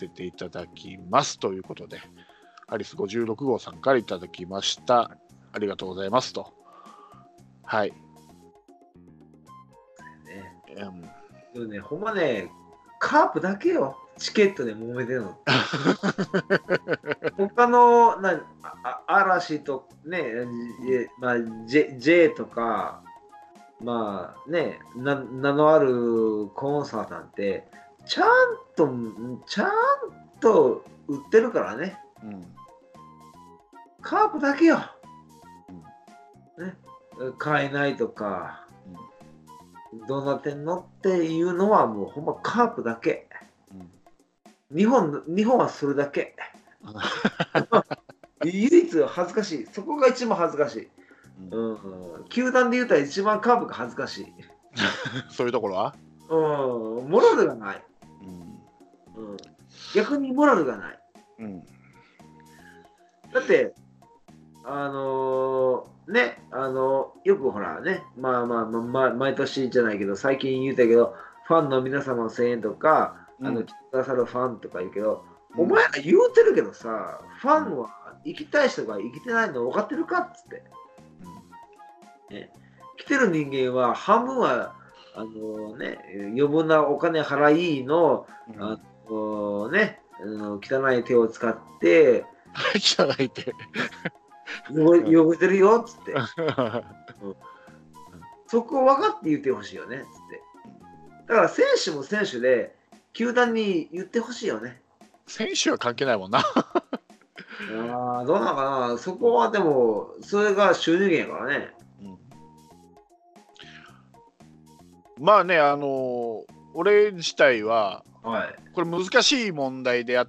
せていただきますということで、ハリス56号さんからいただきました。ありがとうございますと。はい。 でもね、ほんまね、カープだけよ、チケットで揉めてるの。他の嵐とね、まあ、J とか、まあね、名のあるコンサートなんて、ちゃんと売ってるからね。カープだけよ。ね、買えないとか、どうなってんのっていうのはもうほんまカープだけ。日本はそれだけ。唯一恥ずかしい。そこが一番恥ずかしい。球団で言うたら一番カープが恥ずかしい。 そういうところはモラルがない。逆にモラルがない。だって、ね、よくほらね、毎年じゃないけど、最近言うたけど、ファンの皆様の声援とか、来てくださるファンとか言うけど、お前ら言うてるけどさ、ファンは行きたい人が行きてないの分かってるかっつって。来てる人間は半分は余分なお金払いの、汚い手を使って汚い手汚れてるよっつって、そこを分かって言ってほしいよねっつって。だから選手も選手で球団に言ってほしいよね。 選手は関係ないもんな。 どうなのかな、そこはでもそれが収入源やからね。 まあね、俺自体は、これ難しい問題であって、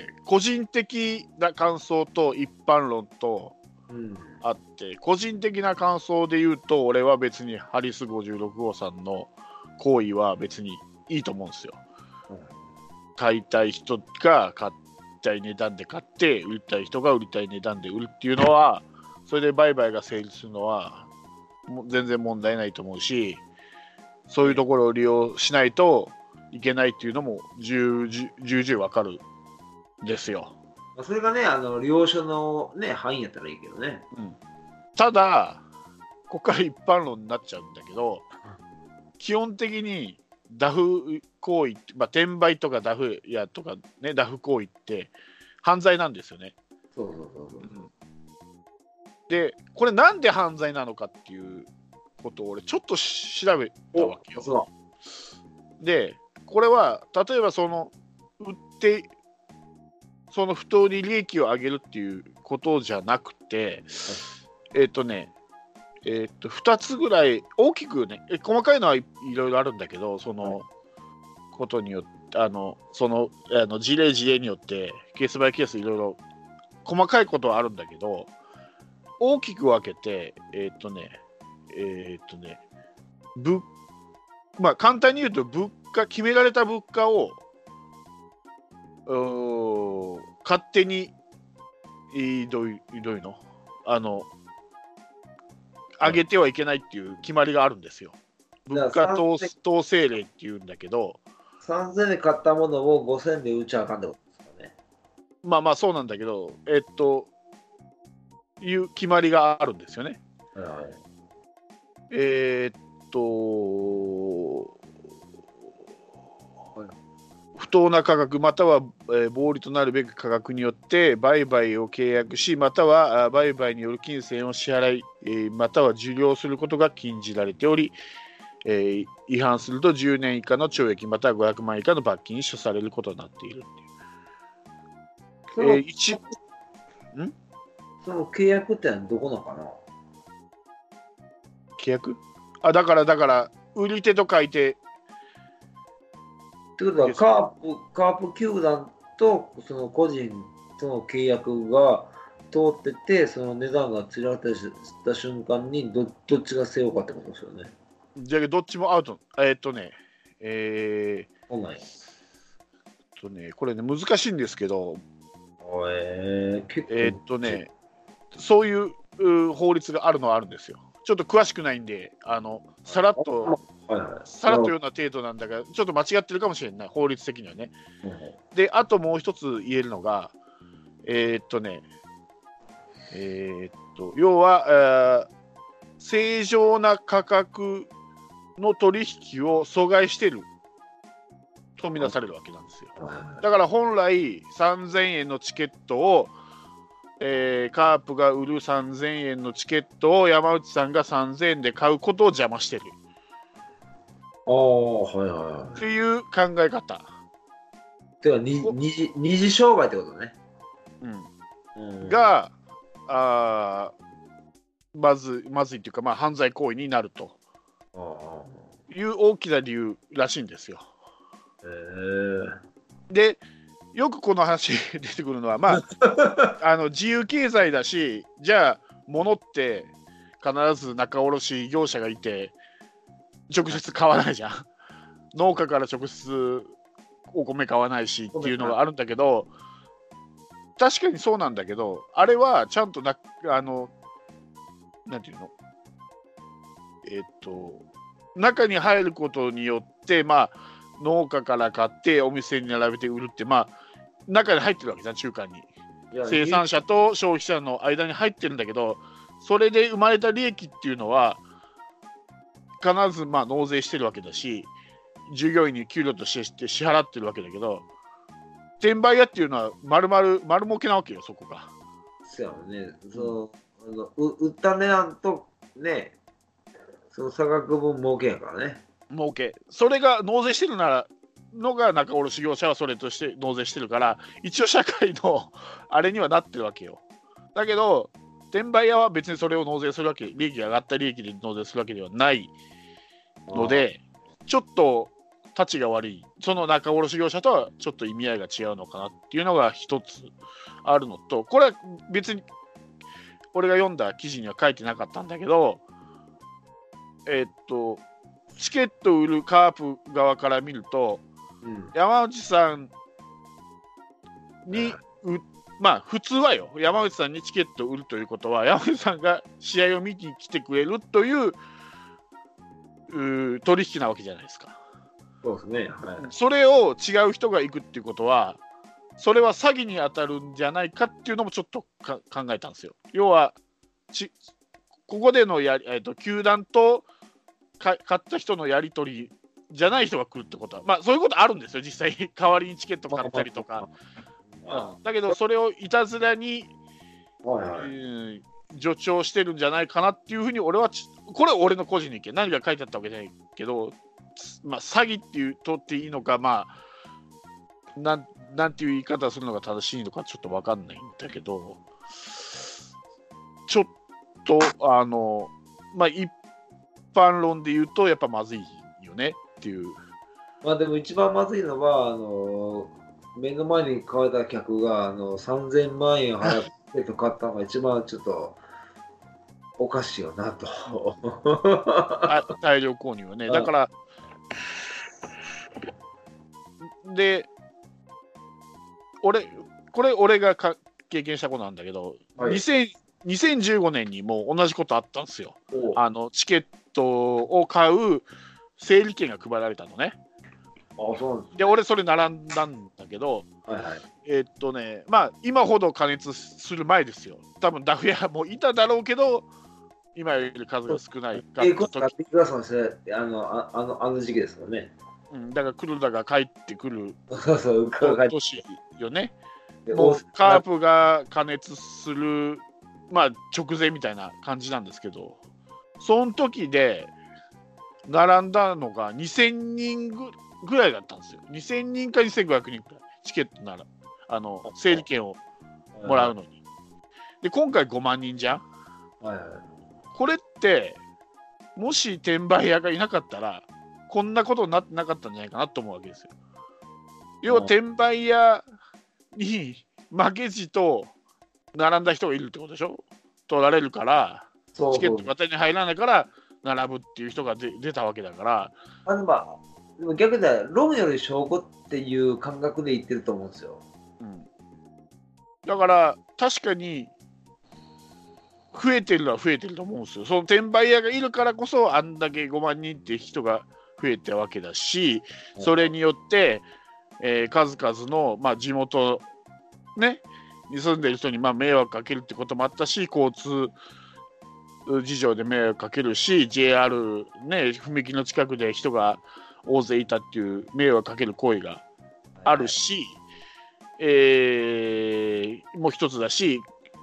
個人的な感想と一般論とあって、個人的な感想で言うと、俺は別にハリス56号さんの行為は別にいいと思うんですよ。買いたい人が買いたい値段で買って、売りたい人が売りたい値段で売るっていうのは、それで売買が成立するのは全然問題ないと思うし、そういうところを利用しないといけないっていうのも重々わかるんですよ。 それがね、了承の、ね、範囲やったらいいけどね。 ただ、ここから一般論になっちゃうんだけど、基本的にダフ行為、転売とかダフやとかね、ダフ行為って犯罪なんですよね。で、これなんで犯罪なのかっていうことを俺ちょっと調べたわけよ。で、これは例えばその売ってその不当に利益を上げるっていうことじゃなくて、2つぐらい大きくね、細かいのはいろいろあるんだけど、そのことによって事例によってケースバイケースいろいろ細かいことはあるんだけど、大きく分けて簡単に言うと決められた物価を勝手にどういうの上げてはいけないっていう決まりがあるんですよ。物価統制令っていうんだけど、 3000円で買ったものを5000円で売っちゃあかんってことですかね。 まあそうなんだけど、いう決まりがあるんですよね。不当な価格または、暴利となるべき価格によって売買を契約し、または売買による金銭を支払い、または受領することが禁じられており、違反すると10年以下の懲役または500万円以下の罰金に処されることになっているっていう。 その契約ってのはどこなのかな。 契約？だから売り手と書いて。 ということはカープ球団とその個人との契約が通ってて、その値段がつられた瞬間にどっちが背負うかってことですよね。 じゃあどっちもアウト。これね難しいんですけど、そういう法律があるのはあるんですよ。ちょっと詳しくないんでさらっとさらっとような程度なんだが、ちょっと間違ってるかもしれない、法律的にはね。で、あともう一つ言えるのが、要は、正常な価格の取引を阻害してるとみなされるわけなんですよ。だから本来3000円のチケットを、カープが売る3000円のチケットを山内さんが3000円で買うことを邪魔してるっていう考え方。 てか二次障害ってことね。 がまずいっていうか、まあ、犯罪行為になるという大きな理由らしいんですよ。で、よくこの話出てくるのは、まあ、自由経済だし、じゃあ物って必ず仲卸業者がいて直接買わないじゃん。農家から直接お米買わないしっていうのがあるんだけど、確かにそうなんだけど、あれはちゃんとなんていうの、中に入ることによって、まあ、農家から買ってお店に並べて売るって、まあ、中に入ってるわけじゃん、中間に。生産者と消費者の間に入ってるんだけど、それで生まれた利益っていうのは必ずまあ納税してるわけだし、従業員に給料として支払ってるわけだけど、転売屋っていうのは丸儲けなわけよ、そこが。 そうやね。売った値段とね、その差額分儲けやからね。 儲け。それが納税してるならのが仲卸業者はそれとして納税してるから、一応社会のあれにはなってるわけよ。だけど転売屋は別にそれを納税するわけ、利益が上がった利益で納税するわけではないので、ちょっとたちが悪い、その仲卸業者とはちょっと意味合いが違うのかなっていうのが一つあるのと、これは別に俺が読んだ記事には書いてなかったんだけど、チケットを売るカープ側から見ると、山内さんにまあ普通はよ、山内さんにチケットを売るということは山内さんが試合を見に来てくれるという取引なわけじゃないですか。 そうですね。 それを違う人が行くっていうことは、それは詐欺に当たるんじゃないかっていうのもちょっと考えたんですよ。要はここでの球団と買った人のやり取りじゃない人が来るってことは、まあそういうことあるんですよ、実際。代わりにチケット買ったりとか。だけどそれをいたずらに、助長してるんじゃないかなっていうふうに俺は、これは俺の個人の意見、何が書いてあったわけじゃないけど、まあ、詐欺っていうとっていいのか、まあなんていう言い方をするのが正しいのかちょっと分かんないんだけど、ちょっとまあ一般論で言うとやっぱまずいよねっていう。 まあでも一番まずいのは目の前に買われた客が3000万円払って買ったのが一番ちょっとおかしいよなと。 大量購入はね。だからで俺が経験したことなんだけど、2015年にも同じことあったんですよ。チケットを買う整理券が配られたのね。で俺それ並んだんだけど、まあ今ほど加熱する前ですよ。多分ダフ屋もいただろうけど、今より数が少ないかった時。 あの時期ですもんね。 だから黒田が帰ってくる年よね。 でもうカープが加熱する、まあ、直前みたいな感じなんですけど、その時で並んだのが2000人ぐらいだったんですよ。2000人か2500人くらい、チケットなら整理券をもらうのに。で今回5万人じゃん。これってもし転売屋がいなかったらこんなことになってなかったんじゃないかなと思うわけですよ。要は転売屋に負けじと並んだ人がいるってことでしょ。取られるからチケットが手に入らないから並ぶっていう人が出たわけだから。 でも逆で論より証拠っていう感覚で言ってると思うんですよ。 だから確かに増えてるのは増えてると思うんですよ。その転売屋がいるからこそあんだけ5万人って人が増えたわけだし、それによって、数々の、地元、ね、に住んでる人に迷惑かけるってこともあったし、交通事情で迷惑かけるし、 JR、踏切の近くで人が大勢いたっていう迷惑かける行為があるし、もう一つだし、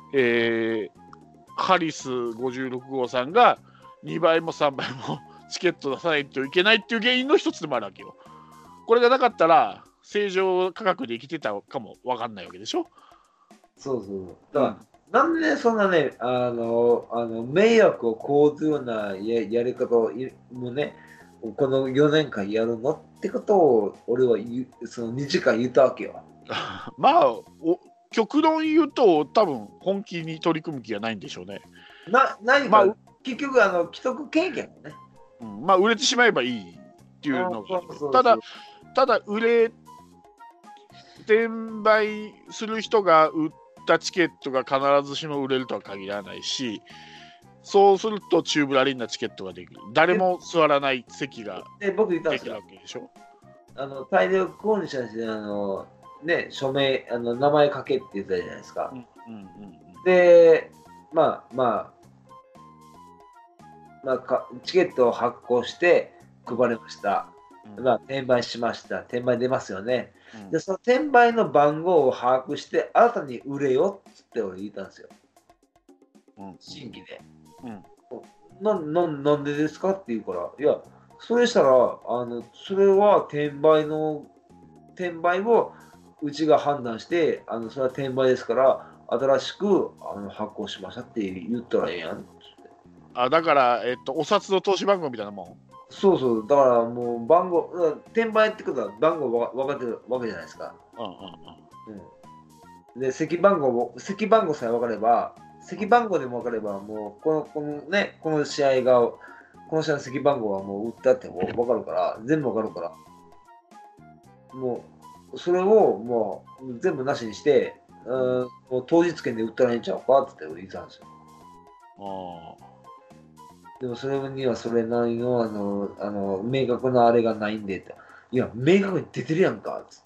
ハリス56号さんが2倍も3倍もチケット出さないといけないっていう原因の一つでもあるわけよ。これがなかったら正常価格で生きてたかも分かんないわけでしょ。 そうそう。だから、なんでね、そんなね、迷惑を被るようなやり方をもうね、この4年間やるのってことを俺はその2時間言ったわけよ。 極論言うと多分本気に取り組む気がないんでしょうね。 何か、結局既得権限ね、 売れてしまえばいいっていうのが、ただ転売する人が売ったチケットが必ずしも売れるとは限らないし、そうすると宙ぶらりんなチケットができる。誰も座らない席ができるわけでしょ。 大量購入者に署名、名前書けって言ったじゃないですか。で、チケットを発行して配りました。転売しました。転売出ますよね。で、その転売の番号を把握して、新たに売れよって俺言ったんですよ。新規で。なんでですかって言うから、いや、それしたら、それは転売をうちが判断して、それは転売ですから、新しく発行しましたって言ったらええやん。 だから、お札の投資番号みたいなもん。 そうそう、だからもう番号、転売ってことは番号分かってるわけじゃないですか。で、席番号さえ分かれば、席番号でも分かれば、もうこの試合の席番号はもう打ったって分かるから、全部分かるから、もうそれをもう全部なしにして、もう当日券で売ったらいいんちゃうかって言ったんですよ。でもそれにはそれなりの明確なあれがないんでって。いや、明確に出てるやんかっつって。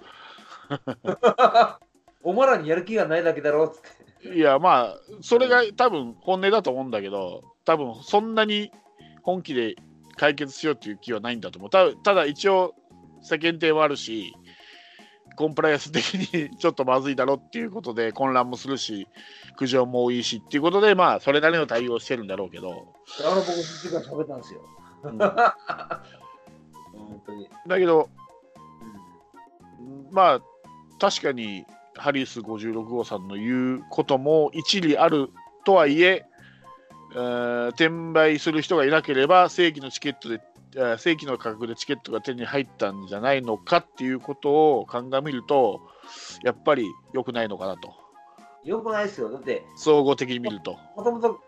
お前らにやる気がないだけだろっつって。 いや、それが多分本音だと思うんだけど、多分そんなに本気で解決しようっていう気はないんだと思う。ただ一応世間体もあるし、コンプライアンス的にちょっとまずいだろっていうことで混乱もするし、苦情も多いしっていうことで、それなりの対応してるんだろうけど。 僕1時間喋ったんですよ。本当に。 だけど、確かにハリス56号さんの言うことも一理あるとはいえ、転売する人がいなければ正規の価格でチケットが手に入ったんじゃないのかっていうことを鑑みると、やっぱり良くないのかなと。 良くないですよ。だって総合的に見ると。 もともと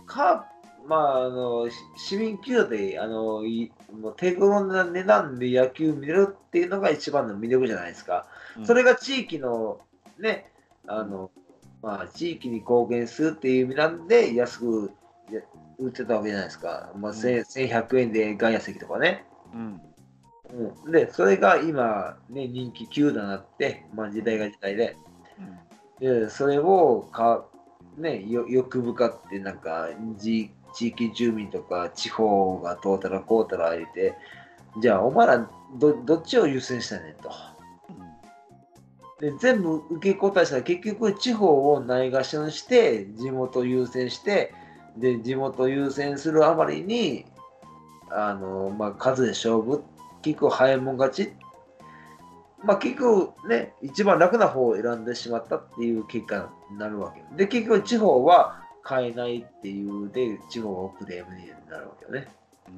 市民球場でもう手頃な値段で野球見れるっていうのが一番の魅力じゃないですか。それが地域のね、地域に貢献するっていう意味なんで安く売ってたわけじゃないですか。1100円で外野席とかね。で、それが今、人気球団になって、時代が時代で、それを欲深って地域住民とか地方がどうたらこうたら言って、じゃあお前らどっちを優先したねんと。で全部受け答えしたら結局地方をないがしろにして地元優先してで地元優先するあまりに数で勝負結構早いもん勝ち結局ね一番楽な方を選んでしまったっていう結果になるわけで結局地方は買えないっていうで地方がクレームになるわけよね、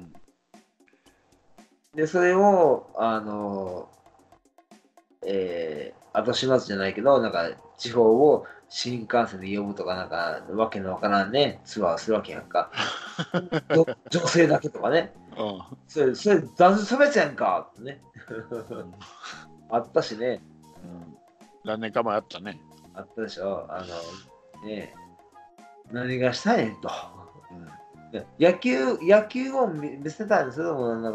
でそれを後始末じゃないけど地方を新幹線で呼ぶとかわけのわからんねツアーするわけやんか女性だけとかね、それ男女差別やんかってねあったしね、 何年か前あったねあったでしょ何がしたいねんと。野球を見せたいの？それとも、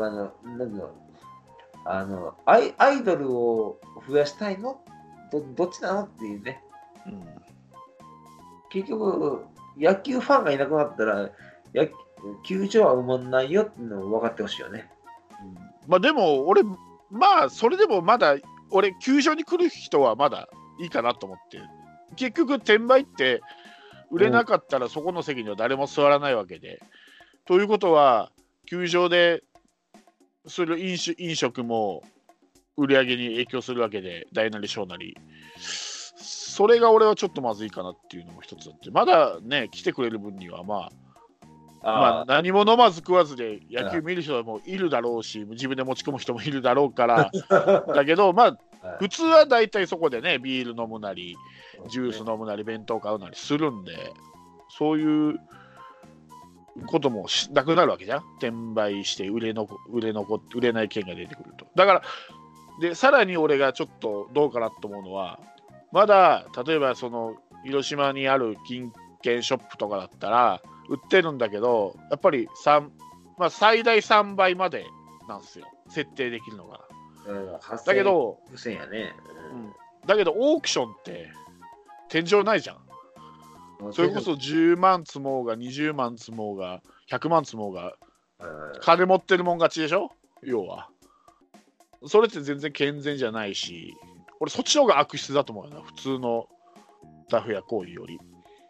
アイドルを増やしたいの？どっちなのっていうね。結局、野球ファンがいなくなったら、球場は埋まんないよっていうのを分かってほしいよね。 まあでも、俺、それでもまだ、俺、球場に来る人はまだいいかなと思ってる。結局、転売って、売れなかったらそこの席には誰も座らないわけで。ということは、球場でする飲食も売り上げに影響するわけで、大なり小なり。それが俺はちょっとまずいかなっていうのも一つだって、まだね、来てくれる分には何も飲まず食わずで野球見る人もいるだろうし、自分で持ち込む人もいるだろうからだけど、普通は大体そこでね、ビール飲むなりジュース飲むなり弁当買うなりするんで、そういうこともなくなるわけじゃん。転売して売れない券が出てくると。だからで、さらに俺がちょっとどうかなと思うのは、まだ例えばその広島にある金券ショップとかだったら売ってるんだけど、やっぱり最大3倍までなんですよ、設定できるのが。だけど、だけどオークションって天井ないじゃん。それこそ10万積もうが20万積もうが100万積もうが金持ってるもん勝ちでしょ、要は。それって全然健全じゃないし、俺そっちの方が悪質だと思うよな、普通のダフや行為より。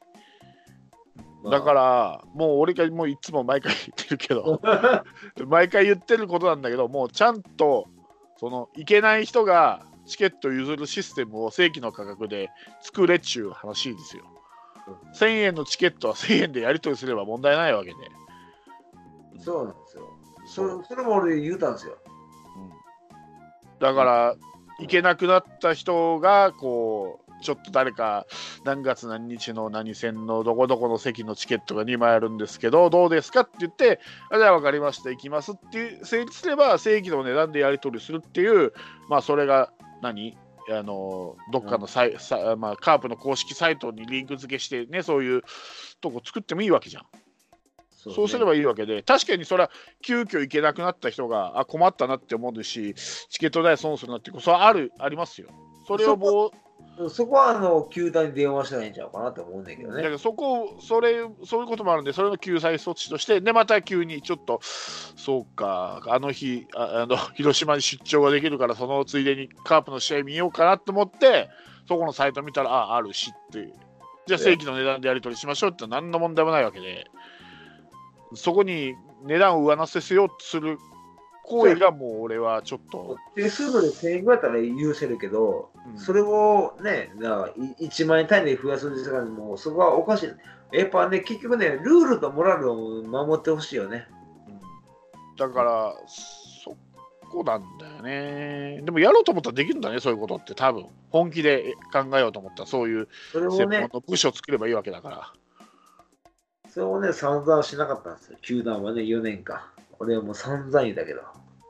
だからもう俺がもういつも毎回言ってるけど毎回言ってることなんだけど、もうちゃんとそのいけない人がチケット譲るシステムを正規の価格で作れっちゅう話ですよ。1000円のチケットは1000円でやり取りすれば問題ないわけで。 そうなんですよ。それも俺言うたんですよ。 だから行けなくなった人がこうちょっと誰か何月何日の何線のどこどこの席のチケットが2枚あるんですけどどうですかって言って、じゃあ分かりました行きますっていう成立すれば正規の値段でやり取りするっていう、それがどっかのカープの公式サイトにリンク付けしてね、そういうとこ作ってもいいわけじゃん。そうすればいいわけで、確かにそれは急遽行けなくなった人が困ったなって思うし、チケット代損するなってことはありますよ。それをそこは球団に電話したらいいんちゃうかなと思うんだけどね。 だからそういうこともあるんで、それの救済措置として、でまた急にちょっとそうか、あの日広島に出張ができるから、そのついでにカープの試合見ようかなと思ってそこのサイト見たらあるしって、じゃあ正規の値段でやり取りしましょうって何の問題もないわけで、そこに値段を上乗せせようとする行為がもう俺はちょっと手数料で1000円ぐらいだったら許せるけど、それをね1万円単位で増やすんですから、もうそこはおかしい。やっぱね、結局ね、ルールとモラルを守ってほしいよね。 だからそこなんだよね。でもやろうと思ったらできるんだね、そういうことって。多分本気で考えようと思ったらそういう専門の部署を作ればいいわけだから。 それをね、散々しなかったんですよ、球団はね、4年間。俺はもう散々言ったけど。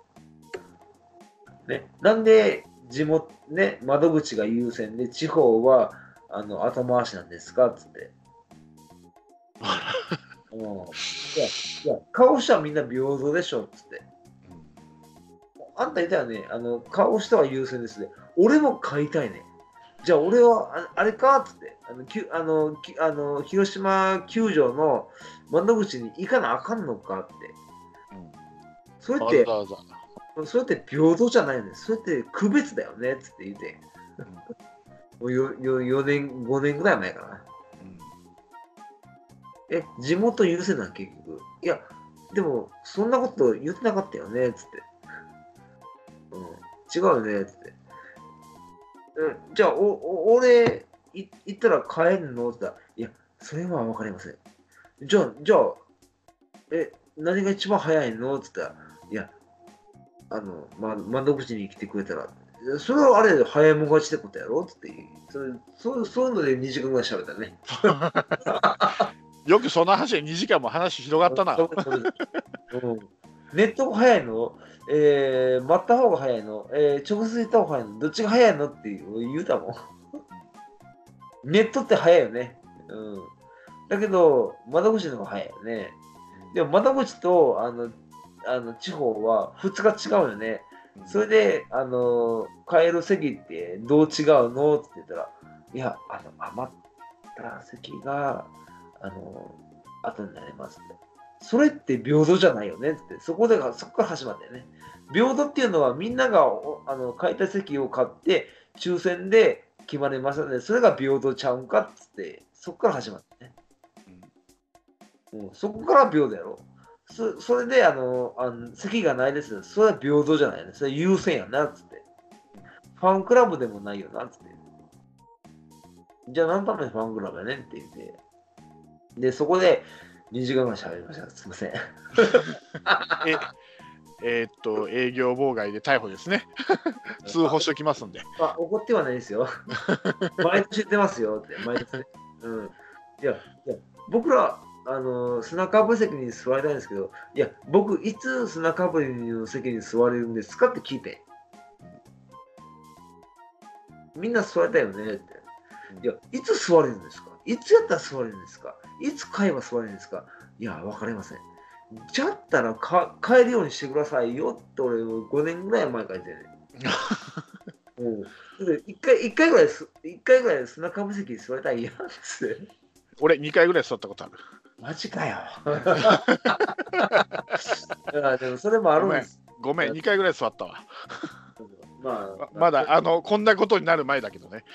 ね、なんで地元、ね、窓口が優先で、地方は後回しなんですかっつって。いや、買う人はみんな平等でしょっつって。あんた言ったよね、買う人は優先ですね。俺も買いたいね。じゃあ俺はあれかっつって、広島球場の窓口に行かなあかんのかって。それって平等じゃないよね。それって区別だよねっつって言って。もう4年、5年ぐらい前かな。地元優先なん結局。いや、でもそんなこと言ってなかったよねっつって。違うよねっつって。じゃあ、俺、行ったら帰るのって言ったら、いや、それは分かりません。じゃあ、何が一番早いのって言ったら、いや、窓口に来てくれたら、それはあれ、早いもん勝ちってことやろってそういうので2時間ぐらい喋ったね。 よくその話で2時間も話広がったな。 ネットが早いの？待った方が早いの？直接行った方が早いの？どっちが早いのって言うたもん。ネットって早いよね。 だけど、窓口の方が早いよね。でも窓口と地方は2日違うよね。それで、買える席ってどう違うのって言ったら、いや、余った席が、後になりますって。それって平等じゃないよねって、そこから始まったよね。平等っていうのはみんなが買いたい席を買って、抽選で決まりましたので、それが平等ちゃうんかっつって、そこから始まったね。そこから平等やろ。それで席がないです。それは平等じゃないね。それ優先やなっつって。ファンクラブでもないよなっつって。じゃあ何のためにファンクラブやねんって言って。で、そこで2時間ぐらい喋りました。すいません。 営業妨害で逮捕ですね。通報しておきますんで。 怒ってはないですよ。毎年言ってますよって、毎年。いや、僕ら、砂かぶ席に座りたいんですけど、いや、僕、いつ砂かぶりの席に座れるんですかって聞いて。みんな座りたいよねって。いや、いつ座れるんですか？いつやったら座れるんですか？いつ買えば座れるんですか？いや、わかりません。じゃったら買えるようにしてくださいよって俺5年ぐらい前から言ってね。一回ぐらい砂かぶ席に座りたいやんっつって。 俺2回ぐらい座ったことある。 マジかよ。でもそれもあるんです。 ごめん、2回ぐらい座ったわ。まだこんなことになる前だけどね。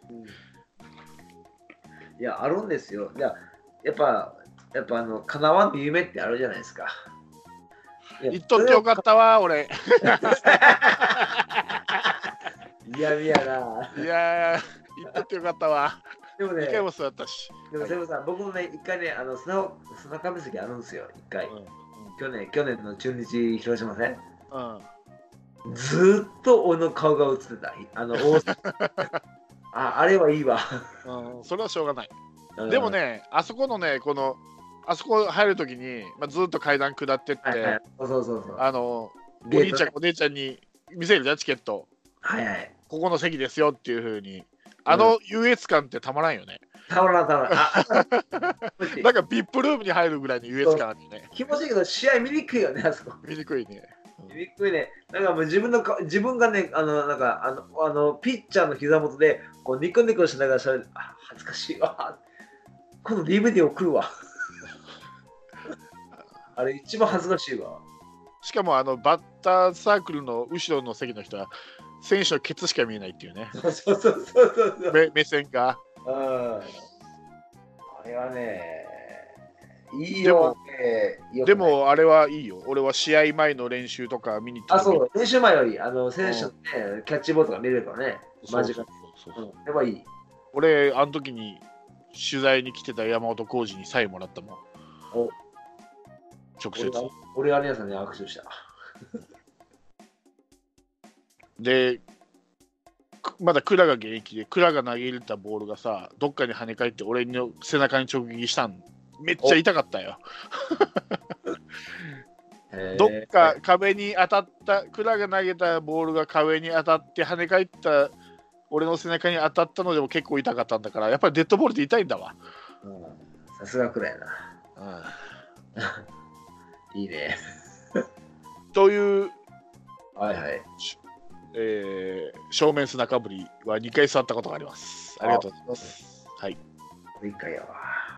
いや、あるんですよ。いや、やっぱ叶わん夢ってあるじゃないですか。 言っとってよかったわ、俺。 いやいやな。 いや言っとってよかったわ。 でもね、 2回も座ったし。 でも、セブさん、僕もね、1回ね、砂かぶ席あるんですよ、1回。去年の中日広島戦。ずっと俺の顔が映ってた。あれはいいわ。 それはしょうがない。でもね、あそこのね、あそこ入るときに、ずっと階段下ってって、お兄ちゃん、お姉ちゃんに見せるじゃん、チケット。ここの席ですよっていうふうに。優越感ってたまらんよね。 たまらん。 なんか VIP ルームに入るぐらいの優越感あるよね。 気持ちいいけど、試合見にくいよね、あそこ。 見にくいね。 見にくいね。なんかもう自分がね、ピッチャーの膝元で、こうニコニコしながらしゃべる。恥ずかしいわ。今度 DVD 送るわ。あれ一番恥ずかしいわ。 しかもバッターサークルの後ろの席の人は選手のケツしか見えないっていうね。目線が。 あれはね、いいよね。 でもあれはいいよ。俺は試合前の練習とか見に行って。 そう、練習前より選手のね、キャッチボールとか見れるからね。マジか。それはいい。 俺、あの時に取材に来てた山本浩二にサインもらったもん。直接。 俺は皆さんに握手した。 で、まだ倉が現役で、倉が投げ入れたボールがさ、どっかに跳ね返って俺の背中に直撃したん。めっちゃ痛かったよ。どっか壁に当たった、倉が投げたボールが壁に当たって跳ね返った俺の背中に当たったのでも結構痛かったんだから、やっぱりデッドボールって痛いんだわ。 さすが倉やな。いいね。 という、正面砂かぶりは2回座ったことがあります。ありがとうございます。はい。 1回やわ。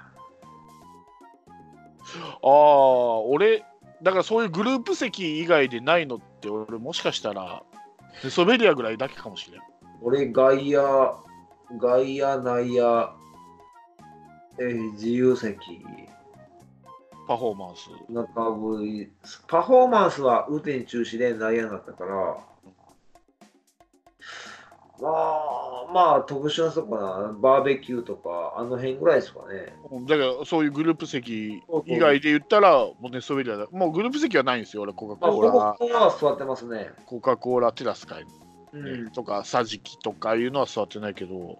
俺、だからそういうグループ席以外でないのって、俺もしかしたら、ネソベリアぐらいだけかもしれん。 俺、外野、内野、自由席。 パフォーマンス。 パフォーマンスは雨天中止で内野だったから、まあ特殊なとこかな、バーベキューとか、あの辺ぐらいですかね。 だからそういうグループ席以外で言ったら、もうネソベリアだ。もうグループ席はないんですよ、俺、コカ・コーラ。 コカ・コーラは座ってますね。 コカ・コーラテラスかい、とか、サジキとかいうのは座ってないけど、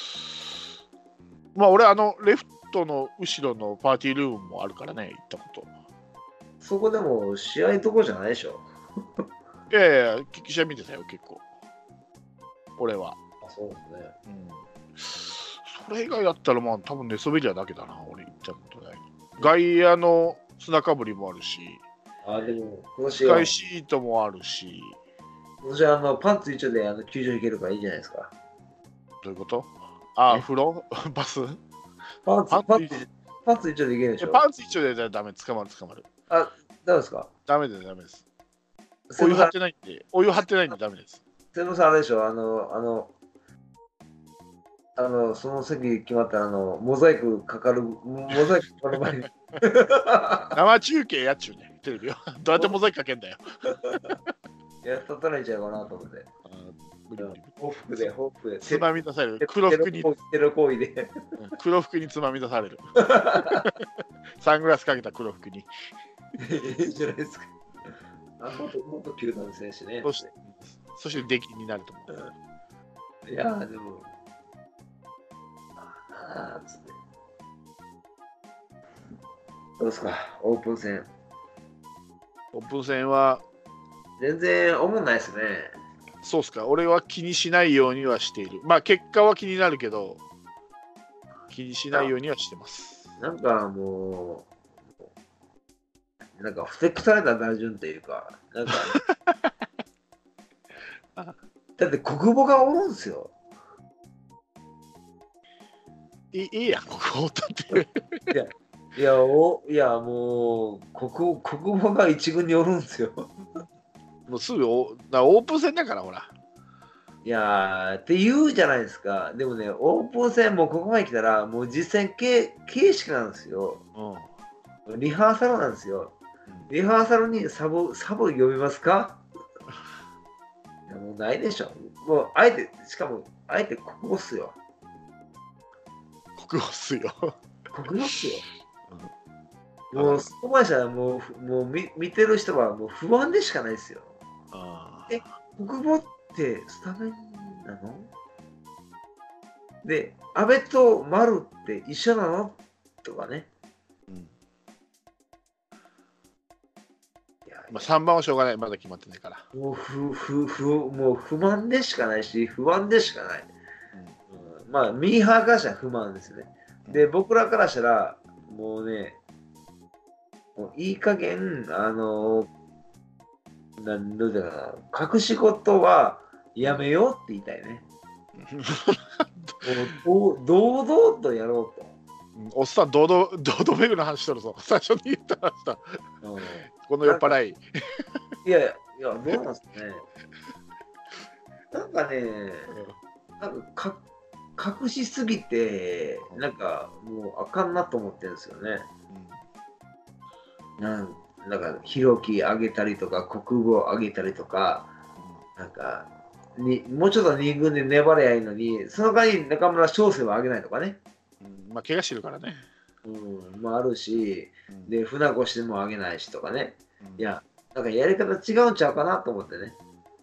まあ俺、レフトの後ろのパーティールームもあるからね、行ったこと。 そこでも試合とこじゃないでしょ。 いやいや、試合見てたよ、結構。俺は。 そうですね。 それ以外だったら、まあ多分ネソベリアだけだな、俺行ったことない。外野の砂かぶりもあるし、 でも今年スカイシートもあるし。 今年パンツ一丁で球場行けるからいいじゃないですか。 どういうこと？風呂バス？ パンツ一丁で行けるでしょ。 パンツ一丁でダメ、捕まる。 ダメですか？ ダメです。お湯張ってないんでダメです。 瀬野さんあれでしょ、その席決まったらモザイクかかる前に生中継やっちゅうね、テレビは。どうやってモザイクかけんだよ。 立たれちゃうかなと思って。報復でつまみ出される。黒服につまみ出される。サングラスかけた黒服に。 いいじゃないですか。元球団選手ね。 そして出禁になると思う。いやでも。つって。どうですか、オープン戦。 オープン戦は全然思んないですね。 そうっすか。俺は気にしないようにはしている。まあ結果は気になるけど、気にしないようにはしてます。 なんかもう、なんかふてくされた打順というか、なんかだって国母がおるんですよ。 いいやん、国母だっていやもう国母が一軍におるんですよ。 もうすぐオープン戦だから、ほら。 いやって言うじゃないですか。でもね、オープン戦もここまで来たら、もう実戦形式なんですよ。リハーサルなんですよ。リハーサルにサブ呼びますか？いやもうないでしょ。もうしかもあえて国語っすよ。 国語っすよ。 もうそこまでしたらもう見てる人はもう不安でしかないですよ。国語ってスタメンなの？で、阿部と丸って一緒なの？とかね。 まあ3番はしょうがない。まだ決まってないから。 もう不満でしかないし、不安でしかない。まあ、ミーハーからしたら不満ですね。で、僕らからしたら、もうね、もういい加減、なんだかな、隠し事はやめようって言いたいね。もう堂々とやろうと。 おっさん、堂々めぐの話しとるぞ。最初に言った話だ。この酔っ払い。 いや、どうなんですかね。なんかね、なんか隠しすぎて、なんかもうあかんなと思ってるんですよね。なんか、ひろきあげたりとか、国語あげたりとか、なんか、もうちょっと2軍で粘ればいいのに、その代わり中村翔成はあげないとかね。 まあ、怪我してるからね。 まあ、あるし、で、船越もあげないしとかね。いや、なんかやり方違うんちゃうかなと思ってね。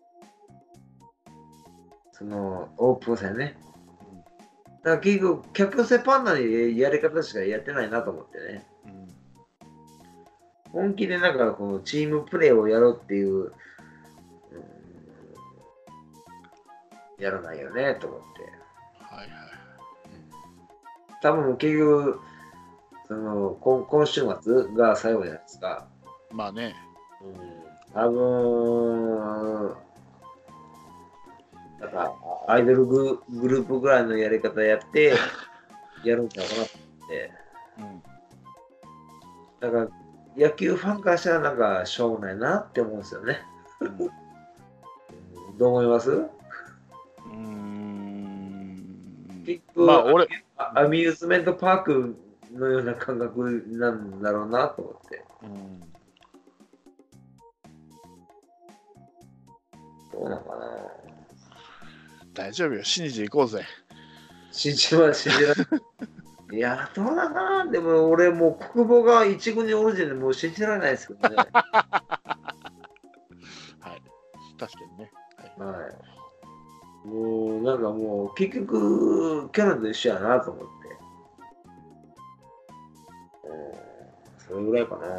その、オープン戦ね。だから結局、客寄パンダにやり方しかやってないなと思ってね。本気でなんかこのチームプレーをやろうっていう、やらないよねと思って。多分結局、今週末が最後じゃないですか。 まあね。 多分、なんかアイドルグループぐらいのやり方やって、やるんちゃうかなと思って。だから、野球ファンからしたらなんかしょうもないなって思うんですよね。どう思います？結局、まあ、アミューズメントパークのような感覚なんだろうなと思って。どうなのかな。 大丈夫よ、信じていこうぜ。 信じない。いや、どうなのかな。でも俺もう国母が一軍におる時点でもう信じられないですけどね。 はい、確かにね。 はい。もうなんかもう結局キャラと一緒やなと思って。それぐらいかな。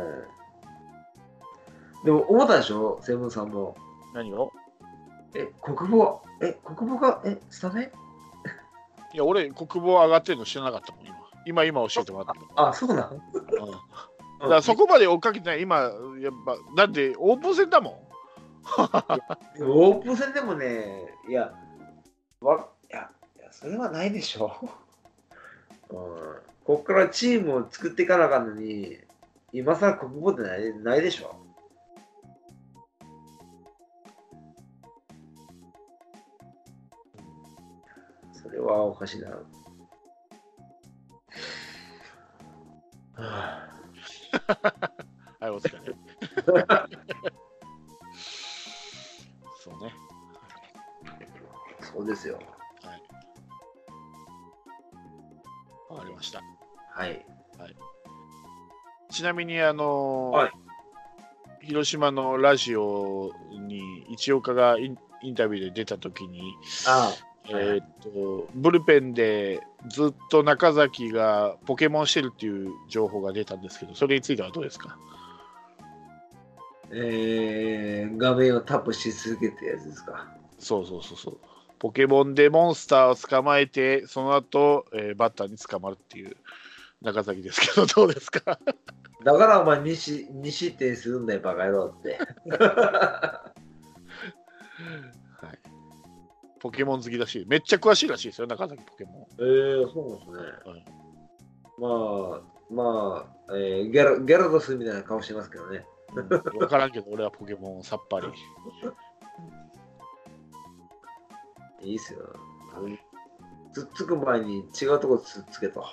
でも思ったでしょ、セブンさんも。 何を？ 国母が、スタメン？ いや、俺、国防上がってるの知らなかったもん、今。 今教えてもらったけど。 あ、そうなん。 だからそこまで追っかけてない、今、やっぱ、だってオープン戦だもん。 オープン戦でもね、いや、それはないでしょ。こっからチームを作っていかなあかんのに、今更国語ってないでしょ。それはおかしいな。 はい、お疲れ。そうね。 そうですよ。 はい。わかりました。 はい。 はい、ちなみにはい、 広島のラジオに一岡がインタビューで出たときに、ブルペンでずっと中崎がポケモンしてるっていう情報が出たんですけど、それについてはどうですか？ 画面をタップし続けてやつですか。 そう。ポケモンでモンスターを捕まえて、その後、バッターに捕まるっていう中崎ですけど、どうですか？ だからお前2失点するんだよ、バカ野郎って。 はい、ポケモン好きだし、めっちゃ詳しいらしいですよ、中崎ポケモン。 そうですね。はい、ギャラドスみたいな顔してますけどね。 分からんけど、俺はポケモンさっぱり。 いいっすよ。つっつく前に違うとこつっつけと。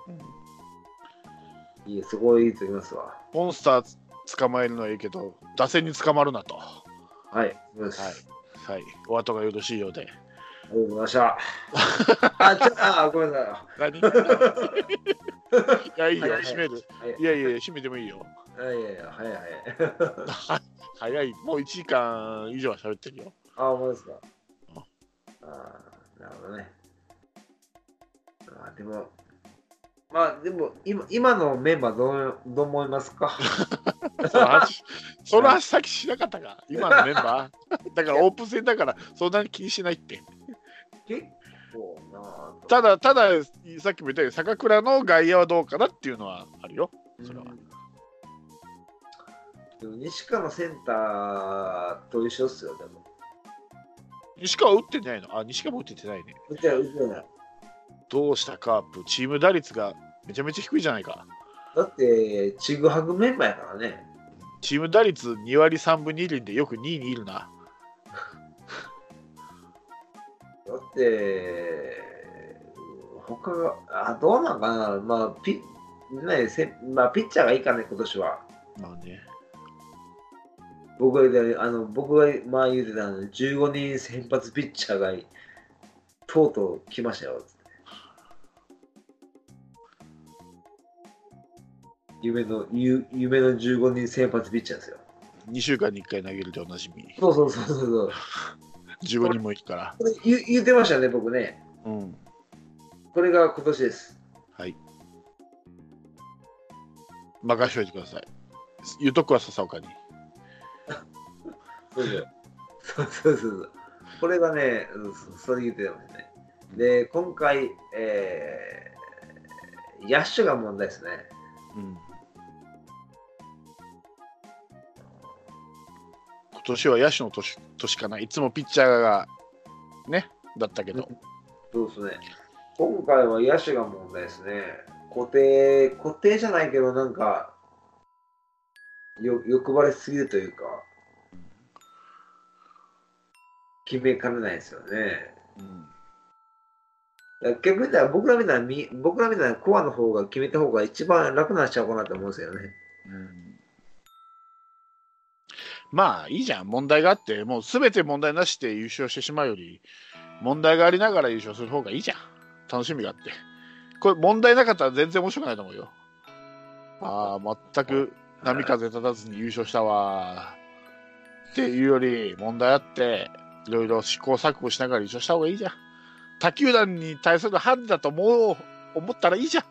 いい、そこいいと言いますわ。 モンスター捕まえるのはいいけど、打線に捕まるなと。 はい、そうです。 はい、お後がよろしいようで。 ありがとうございました。ごめんなさい。 何？いや、いいよ、閉める。いや、閉めてもいいよ。早い。もう1時間以上は喋ってるよ。 ほんまですか。なるほどね。でも今のメンバーどう思いますか？ その話先しなかったか、今のメンバー。だからオープン戦だからそんなに気にしないって。 結構な。 たださっきも言ったように坂倉の外野はどうかなっていうのはあるよ。それは。 でも西川のセンターと一緒っすよ。でも西川打ってないの？あ、西川も打ってないね。 打ってない。どうしたカープ、チーム打率がめちゃめちゃ低いじゃないか。 だってちぐはぐメンバーやからね。 チーム打率2割3分2厘でよく2位にいるな。 だって他がどうなんかな。ピッチャーがいいかね、今年は。 まあね。 僕が言うてた15人先発ピッチャーがとうとう来ましたよ。夢の15人先発ピッチャーですよ。 2週間に1回投げるでおなじみ。 そう。 15人もいるから。 言ってましたね、僕ね。これが今年です。 はい。任しといてください。言うとくは笹岡に。 そう。これがね、それ言ってたんですね。で、今回、野手が問題ですね。 今年は野手の年かな。いつもピッチャーがね、だったけど。 そうですね。今回は野手が問題ですね。固定じゃないけど、なんか、欲張りすぎるというか、決めかねないですよね。逆に言ったら僕らみたいなコアの方が決めた方が一番楽なっちゃうかなと思うんですよね。 まあいいじゃん、問題があって、もう全て問題なしで優勝してしまうより、問題がありながら優勝する方がいいじゃん。楽しみがあって。これ問題なかったら全然面白くないと思うよ。全く波風立たずに優勝したわっていうより、問題あっていろいろ試行錯誤しながら優勝した方がいいじゃん。他球団に対するハンデだと思ったらいいじゃん。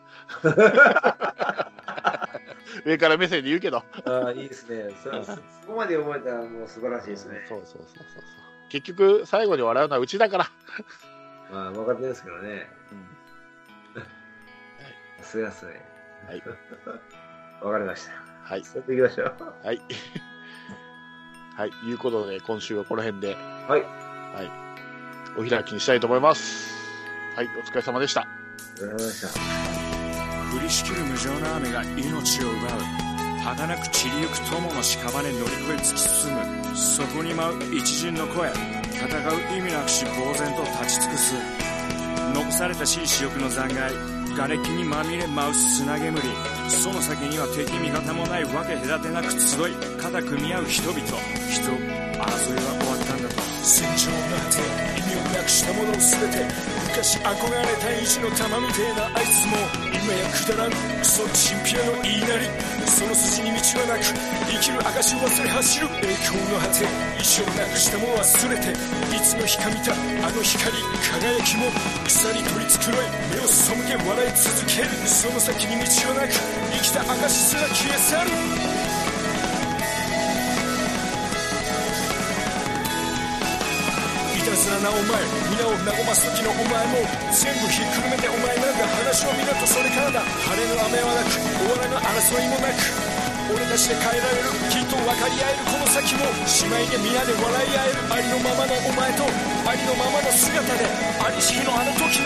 上から目線で言うけど。 いいですね。そこまで思えたらもう素晴らしいですね。 そう。結局最後に笑うのはうちだから。 分かってるんですけどね。 安い。はい。わかりました。 はい。 それでいきましょう。 はい。はい。いうことで、今週はこの辺で。 はい。 はい。お開きにしたいと思います。はい。お疲れ様でした。 お疲れ様でした。 降りしきる無情な雨が命を奪う。儚く散りゆく友の屍乗り越え突き進む。そこに舞う一陣の声。戦う意味なくし呆然と立ち尽くす。残されたしい死翼の残骸。瓦礫にまみれ舞う砂煙。その先には敵味方もないわけ隔てなく集い肩組み合う人々。争いは終わったんだと。戦場の果て意味をなくしたものを全て。昔憧れた意地の玉みてえなあいつも今やくだらんクソチンピラの言いなり。その筋に道はなく生きる証を忘れ走る栄光の果て。意地をなくしたもの忘れていつの日か見たあの光輝きも草に取り繕い目を背け笑い続ける。その先に道はなく生きた証すら消え去る。いたずらなお前皆を和ます時のお前も全部ひっくるめてお前なんだ話を見ろとそれからだ。晴れの雨はなく終わらぬ争いもなく俺たちで変えられるきっと分かり合えるこの先も姉妹で皆で笑い合えるありのままのお前とありのままの姿でありし日のあの時